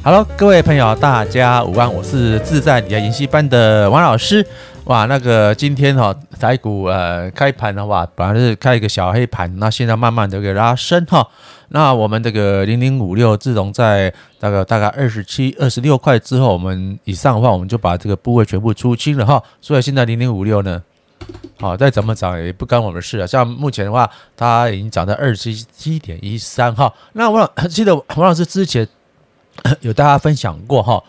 Hello， 各位朋友，大家午安，我是自在理财研习班的王老师。哇，今天台股开盘的话，本来是开一个小黑盘，那现在慢慢的一个拉升哈。那我们这个0056自从在大概27、26块之后，我们以上的话，我们就把这个部位全部出清了哈。所以现在0056呢，再怎么涨也不干我们的事了。像目前的话，它已经涨到27.13哈。那我记得王老师之前有大家分享过哈，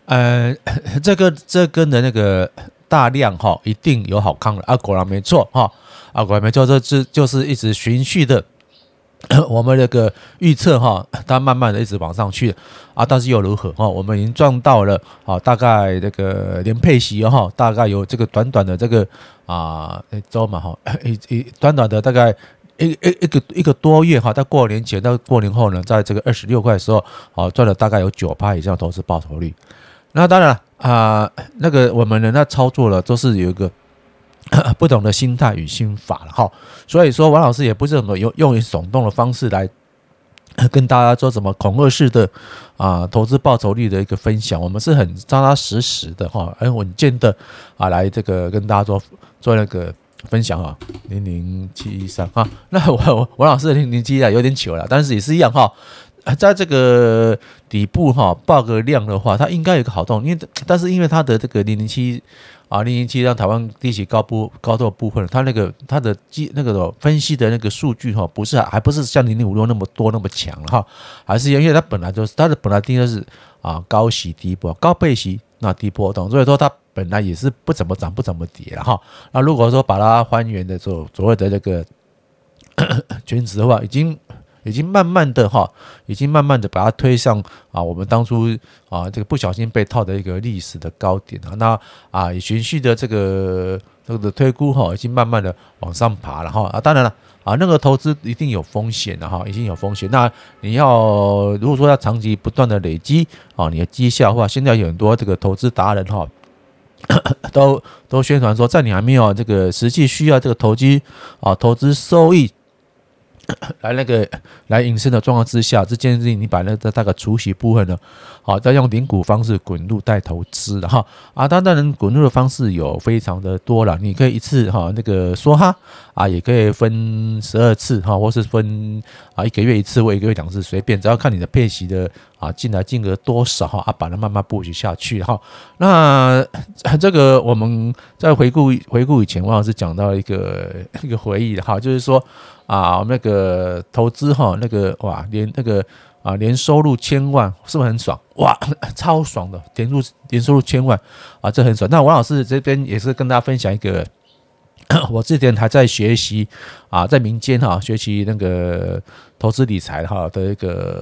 这根的那个大量哈，一定有好康了啊，果然没错哈，果然没错，这就是一直循序的。我们那个预测哈，它慢慢的一直往上去啊，但是又如何哈？我们已经赚到了大概这个连配息哈，大概有这个短短的这个周嘛哈，短短的大概一个多月哈，在过年前到过年后呢，在这个26块的时候，赚了大概有9%以上的投资报酬率。那当然我们人在操作了，都是有一个不同的心态与心法了哈。所以说，王老师也不是用耸动的方式来跟大家做什么恐吓式的投资报酬率的一个分享，我们是很扎扎实实的哈，很稳健的来这个跟大家做那个分享啊，00713哈。那王老师的007有点久了，但是也是一样哈。在这个底部报个量的话，它应该有一个好动，但是因为它的这个007让台湾低息高度部分，它的分析的那个数据还不是像0056那么多那么强了哈，还是因为它本来本来定义是高息低波高配息那低波动，所以说它本来也是不怎么涨不怎么跌了哈。那如果说把它还原的所谓的这个均值的话，已经慢慢的把它推上我们当初这个不小心被套的一个历史的高点那也循序的这个推估已经慢慢的往上爬了哈当然了那个投资一定有风险的哈，已经有风险。那你如果说要长期不断的累积你的绩效的话，现在有很多这个投资达人都宣传说，在你还没有这个实际需要这个投资收益来引申的状况之下，这建议你把那个大概除息部分呢，再用零股方式滚入带投资的哈当然滚入的方式有非常的多了，你可以一次那个梭哈也可以分12次或是分1个月1次或1个月2次，随便，只要看你的配息的进来金额多少把它慢慢布局下去哈。那这个我们在回顾以前，王老师讲到一个回忆哈，就是说我们那个投资年收入1000万，是不是很爽？哇，超爽的，年收入1000万这很爽。那王老师这边也是跟大家分享一个，我之前还在学习在民间学习那个投资理财的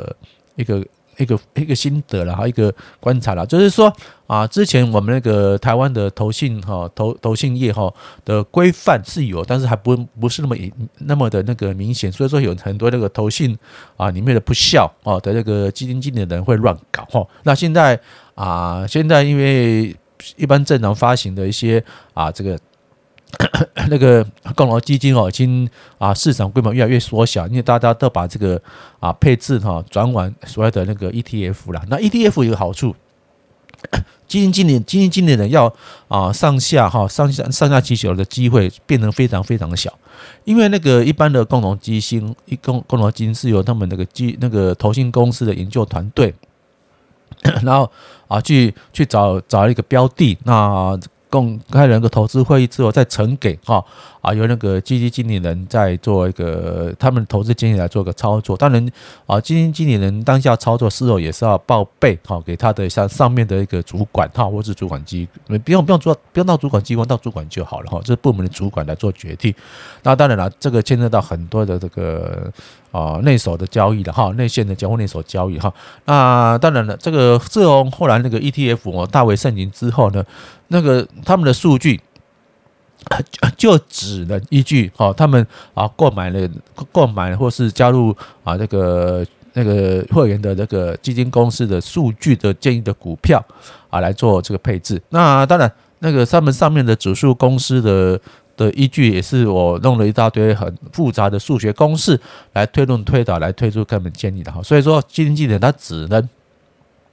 一个心得了一个观察了，就是说之前我们那个台湾的投信业的规范是有，但是还不是那么的那个明显，所以说有很多那个投信里面的不孝的那个基金经理的人会乱搞那现在因为一般正常发行的一些这个那个共同基金已经市场规模越来越缩小，因为大家都把这个配置转往所谓的那个 ETF 啦。那 ETF 有个好处，基金经理人要上下其手的机会变得非常非常的小，因为那个一般的共同基金是由他们那个投信公司的研究团队，然后去找一个标的，那公开了那个投资会议之后，再呈给由那个基金经理人在做一个他们投资建议来做个操作。当然基金经理人当下操作事后也是要报备给他的上面的一个主管或是主管机，不用到主管机关，到主管就好了这是部门的主管来做决定。那当然了，这个牵涉到很多的这个内手的交易了内线的交互内手交易那当然了，自从后来那个 ETF 大为盛行之后呢，那个他们的数据就只能依据他们购买了或是加入那个会员的那个基金公司的数据的建议的股票来做这个配置。那当然那个他们上面的指数公司的依据也是我弄了一大堆很复杂的数学公式来推论推导来推出根本建议的所以说基金经理他只能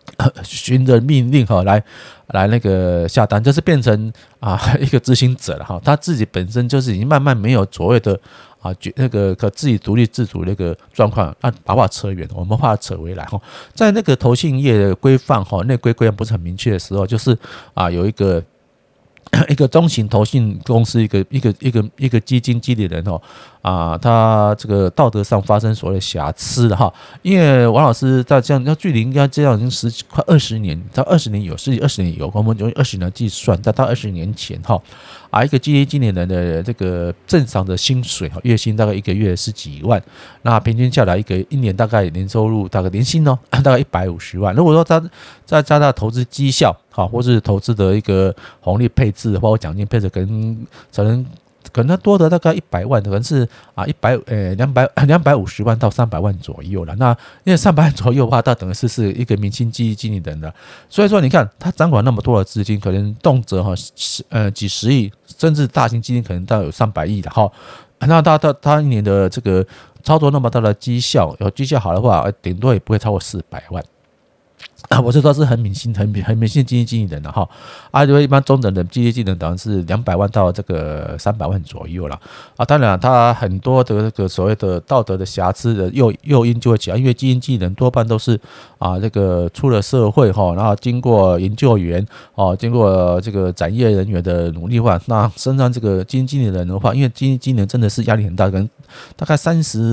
循着命令来那个下单，就是变成一个执行者了哈。他自己本身就是已经慢慢没有所谓的那个可自己独立自主那个状况，把话扯远了，我们把它扯回来哈。在那个投信业的规范哈，内规范不是很明确的时候，就是有一个中型投信公司，一个基金经理人他这个道德上发生所谓的瑕疵了哈。因为王老师在这样，要距离应该这样已经快20年，到20年有，20年有，我们用20年计算，到20年前一个基金经理人的这个正常的薪水月薪大概一个月10几万，那平均下来一年大概年收入大概年薪大概150万。如果说他再加大投资绩效或是投资的一个红利配置或奖金配置，可能多的大概100万，可能是250万到300万左右了。那因为300万左右的话，它等于是一个明星基金经理人了。所以说，你看他掌管那么多的资金，可能动辄几十亿，甚至大型基金可能到有300亿的哈。那他一年的这个操作那么大的绩效，有绩效好的话，顶多也不会超过400万。我是说是很明星基金经理人的哈。因为一般中等的基金经理人当然是200万到这个300万左右了当然他很多的这个所谓的道德的瑕疵的诱因就会起来，因为基金经理人多半都是这个出了社会然后经过研究员经过这个展业人员的努力话，那身上这个基金经理人的话，因为基金经理人真的是压力很大，可能大概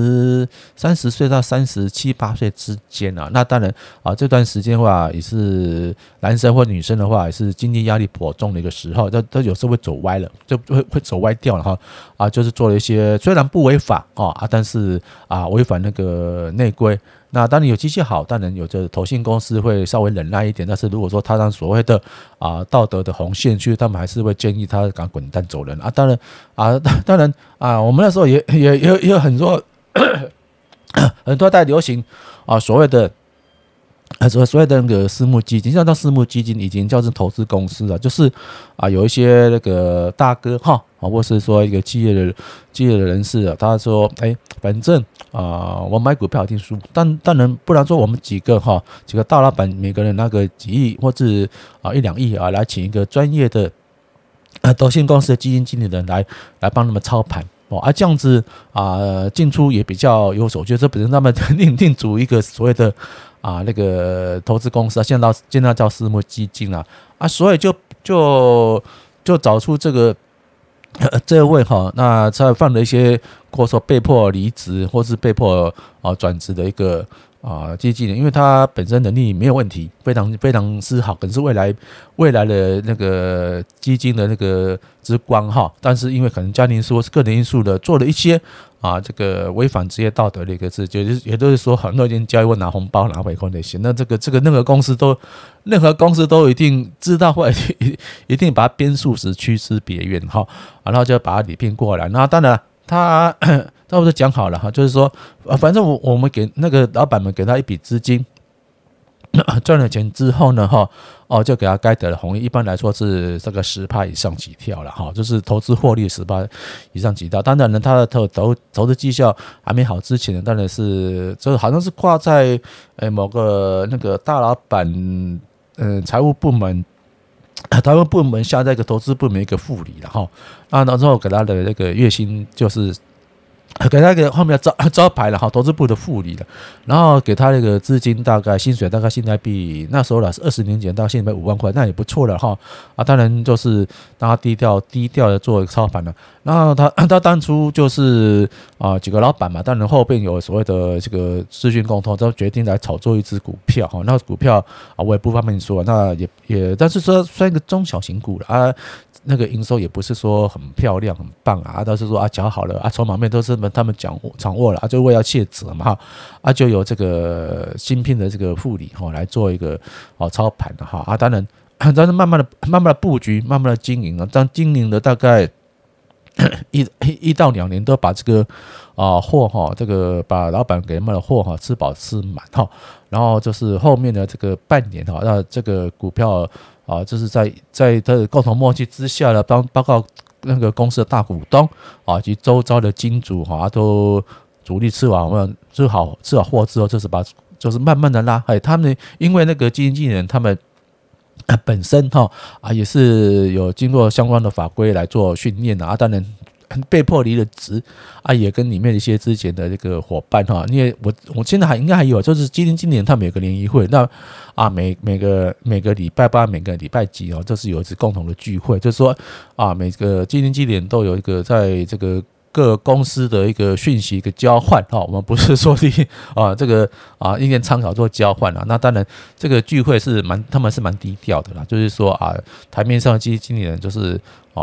30岁到37、8岁之间那当然这段时间的话，也是男生或女生的话，也是经济压力颇重的一个时候，他有时候会走歪了，就会走歪掉了就是做了一些虽然不违法但是违反那个内规。那当然有绩效好，当然有的投信公司会稍微忍耐一点，但是如果说他让所谓的道德的红线去，他们还是会建议他赶快滚蛋走人当然我们那时候也有很多很多在流行所谓的那个私募基金，像到私募基金已经叫做投资公司了，就是有一些那个大哥或是说一个企业的人士他说反正我买股票一定输，但当然不然说我们几个大老板每个人拿个几亿或者1、2亿来请一个专业的投信公司的基金经理人来帮他们操盘这样子进出也比较有手续，这本身他们另组一个所谓的那个投资公司现在叫私募基金了所以就找出这位那他犯了一些或者说被迫离职或是被迫转职的一个基金人，因为他本身能力没有问题，非常之好，可能是未来的那个基金的那个之光但是因为可能家庭因素或是个人因素的做了一些这个违反职业道德的一个事，也就是说很多人教育我拿红包拿回扣那些，那任何公司都一定知道或一定把它编数十驱师别院然后就把它礼聘过来。那当然他差不多讲好了就是说反正我们给那个老板们给他一笔资金，赚了钱之后呢就给他该得的红利，一般来说是这个10%以上起跳了就是投资获利10%以上起跳。当然呢，他的投资绩效还没好之前呢，当然是这好像是挂在某个那个大老板财务部门下在一个投资部门一个副理了然后给他的那个月薪就是给他一个后面的招牌了投资部的副理了，然后给他那个资金大概薪水大概现在比那时候是20年前到现在5万块，那也不错了当然就是让他低调的做操盘了。然后他当初就是几个老板嘛，当然后边有所谓的这个资讯共通，都决定来炒作一只股票那股票我也不方便说，那也但是说算一个中小型股了那个营收也不是说很漂亮很棒但是说讲好了筹码面都是他们掌握了就为要卸责嘛就有这个新聘的这个副理来做一个操盘的当然慢慢的布局，慢慢的经营当经营了大概1到2年，都把这个货这个把老板给卖的货吃饱吃满然后就是后面的这个半年那这个股票就是在他的共同默契之下呢，包括那个公司的大股东及周遭的金主都主力吃好货之后，就是把就是慢慢的拉，他们因为那个基金经理人他们本身也是有经过相关的法规来做训练啊，当然被迫离了职啊，也跟里面一些之前的这个伙伴因为我现在应该还有，就是基金经理人他们有个联谊会，那每个礼拜8每个礼拜几这是有一次共同的聚会，就是说每个基金经理人都有一个在这个各公司的一个讯息一个交换我们不是说这个意见参考做交换那当然这个聚会是他们是蛮低调的啦，就是说台面上的基金经理人就是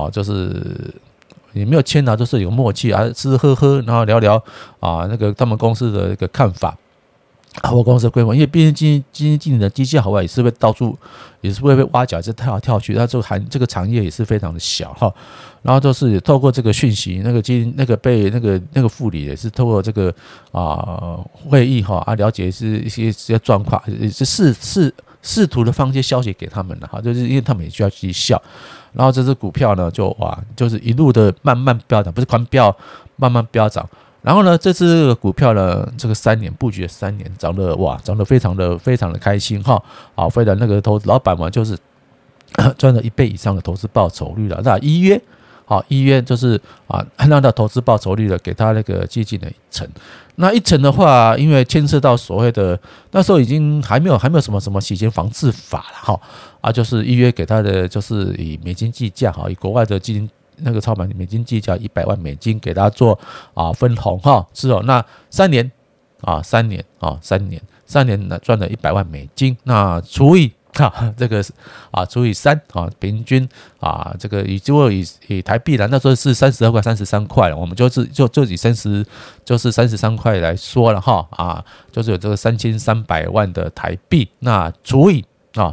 也没有签就是有默契吃喝喝，然后聊聊那个他们公司的一个看法。我公司的规模，因为毕竟基金经理的绩效好坏也是会到处，也是会被挖角，是跳来跳去。它这个产业也是非常的小然后就是透过这个讯息，那个被那个副理也是透过这个会议了解是一些状况，也是试图的放一些消息给他们就是因为他们也需要绩效。然后这只股票呢，就是一路的慢慢飙涨，不是狂飙，慢慢飙涨。然后呢，这只股票呢，这个3年布局了3年，涨得非常的开心非常那个投资老板嘛，就是赚了1倍以上的投资报酬率了。那依约就是按照投资报酬率的给他那个接近了1成。那1成的话，因为牵涉到所谓的那时候已经还没有什么洗钱防治法了就是依约给他的就是以美金计价以国外的基金。那个操盘美金计价100万美金给他做分红是那3年呢赚了100万美金，那除以这个除以3平均这个以台币啦，那时候是32块33块了，我们就以33块来说了就是有这个3300万的台币，那除以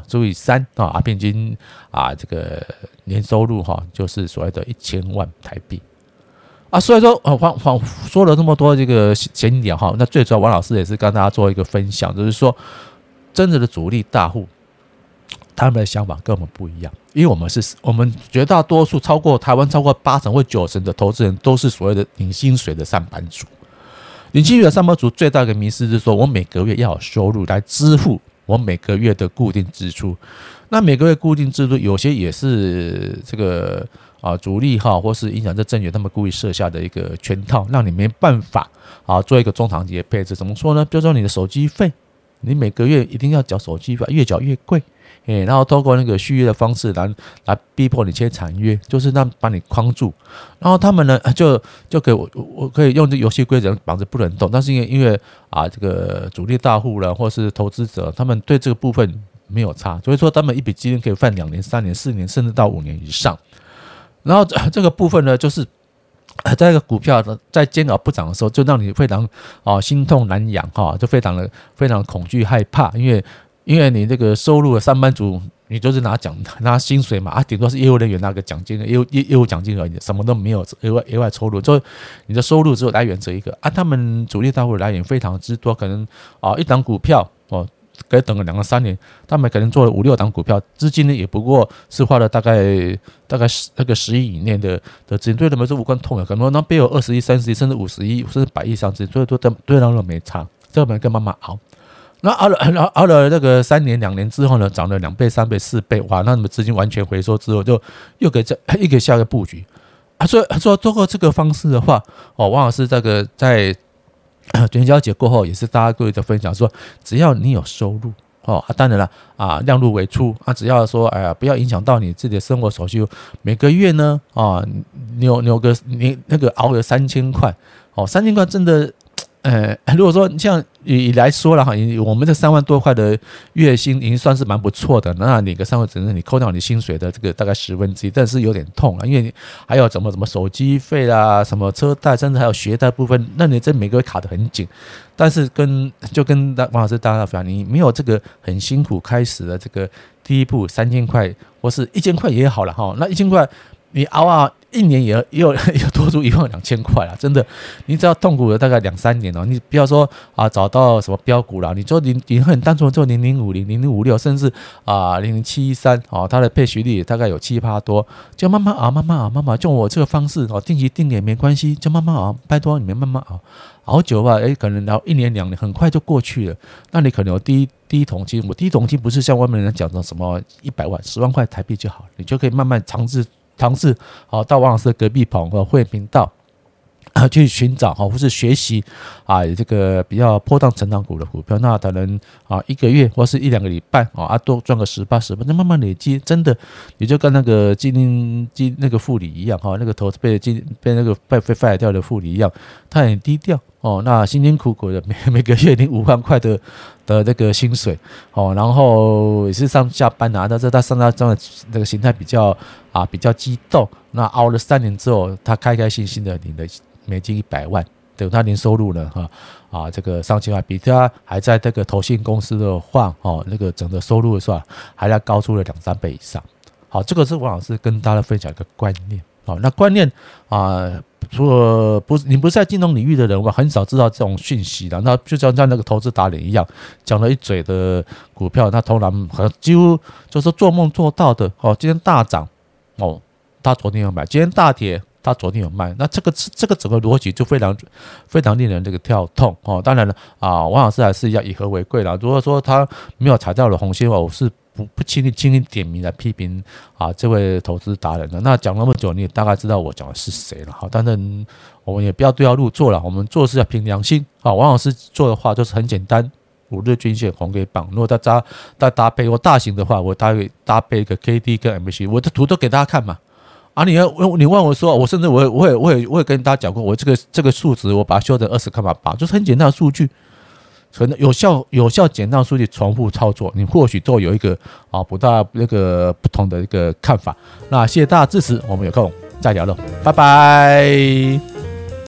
3平均这个年收入就是所谓的1000万台币所以说说了这么多这个闲聊那最主要王老师也是跟大家做一个分享，就是说真正的主力大户他们的想法跟我们不一样，因为我们绝大多数台湾超过8成或9成的投资人都是所谓的领薪水的上班族。领薪水的上班族最大的迷思是说，我每个月要有收入来支付我每个月的固定支出。那每个月固定支出有些也是这个主力或是影响这正源他们故意设下的一个圈套，让你没办法做一个中长期的配置。怎么说呢？比如说你的手机费，你每个月一定要缴手机费，越缴越贵。然后透过那个续约的方式来逼迫你签产约，就是让把你框住。然后他们呢就给我可以用这游戏规则绑着不能动，但是因为这个主力大户了或是投资者，他们对这个部分没有差，所以说他们一笔基金可以放2年、3年、4年，甚至到5年以上。然后这个部分呢，就是在这个股票在煎熬不涨的时候，就让你非常心痛难养就非常的恐惧害怕，因为你这个收入的上班族，你就是拿薪水嘛顶多是业务人员拿个奖金业务奖金而已，什么都没有额外收入，就你的收入只有来源这一个他们主力大户的来源非常之多，可能一档股票可以等个2个3年，他们可能做了5、6档股票，资金呢也不过是花了大概那个10亿以内的资金，对他们是无关痛痒，可能那边有20亿、30亿甚至50亿甚至100亿上资金，所以说对他们没差，这个跟慢慢熬。那熬了那个3年2年之后呢，涨了2倍3倍4倍，哇！那你们资金完全回收之后，就又给一个下个布局所以说通过这个方式的话王老师这个在元宵节过后也是大家各位的分享说，只要你有收入当然了量入为出只要说不要影响到你自己的生活所需，每个月呢你那个熬了3000块3000块真的如果说像以来说了我们这3万多块的月薪已经算是蛮不错的，那你个3万只是你扣掉你薪水的这个大概1/10，但是有点痛因为你还有什么手机费啦、什么车贷，甚至还有学贷部分，那你这每个月卡得很紧。但是跟王老师大家分享，你没有这个很辛苦开始的这个第一步3000块或是1000块也好了那1000块你熬一年也有多出12000块啦，真的，你只要痛苦了大概2-3年哦，你不要说找到什么标股啦，你就你很单纯做0050、0056，甚至00713哦，它的配息率大概有7%多，就慢慢就我这个方式哦，定期定点没关系，就慢慢拜托你们慢慢熬久吧，可能然后1年2年很快就过去了，那你可能有第一桶金，我第一桶金不是像外面人讲的什么100万、10万块台币就好，你就可以慢慢尝试到王老师的隔壁棚或会员频道去寻找或是学习这个比较波荡成长股的股票，那可能1个月或是1-2个礼拜多赚个10%，就慢慢累积，真的你就跟那个那个副理一样那个投资被那个被 fire 掉的副理一样，他很低调那辛辛苦苦的每个月领5万块的那个薪水然后也是上下班但是他上到这样的那个形态比较激动，那熬了3年之后，他开开心心的领了美金100万，等他年收入呢这个上千万，比他还在这个投信公司的话那个整个收入的时候还要高出了2-3倍以上。好，这个是王老师跟大家分享一个观念那观念除了你不是在金融领域的人，我很少知道这种讯息的。那就像那个投资达人一样，讲了一嘴的股票，那通常几乎就是做梦做到的今天大涨他昨天有买，今天大跌他昨天有卖，那这个整个逻辑就非常非常令人这个跳痛当然了王老师还是要以和为贵啦。如果说他没有踩到了红线的话，我是不轻易点名来批评这位投资达人的。那讲那么久，你也大概知道我讲的是谁了当然我们也不要对号入座了，我们做事要凭良心王老师做的话就是很简单，5日均线红 K 棒，如果再搭配我大型的话，我搭配一个 KD 跟 MACD， 我的图都给大家看嘛你问我说，我甚至我也跟大家讲过，我这个数值我把它修成20.8，就是很简单的数据，可能有效简单的数据重复操作，你或许都有一个不同的一个看法。那谢谢大家支持，我们有空再聊了，拜拜。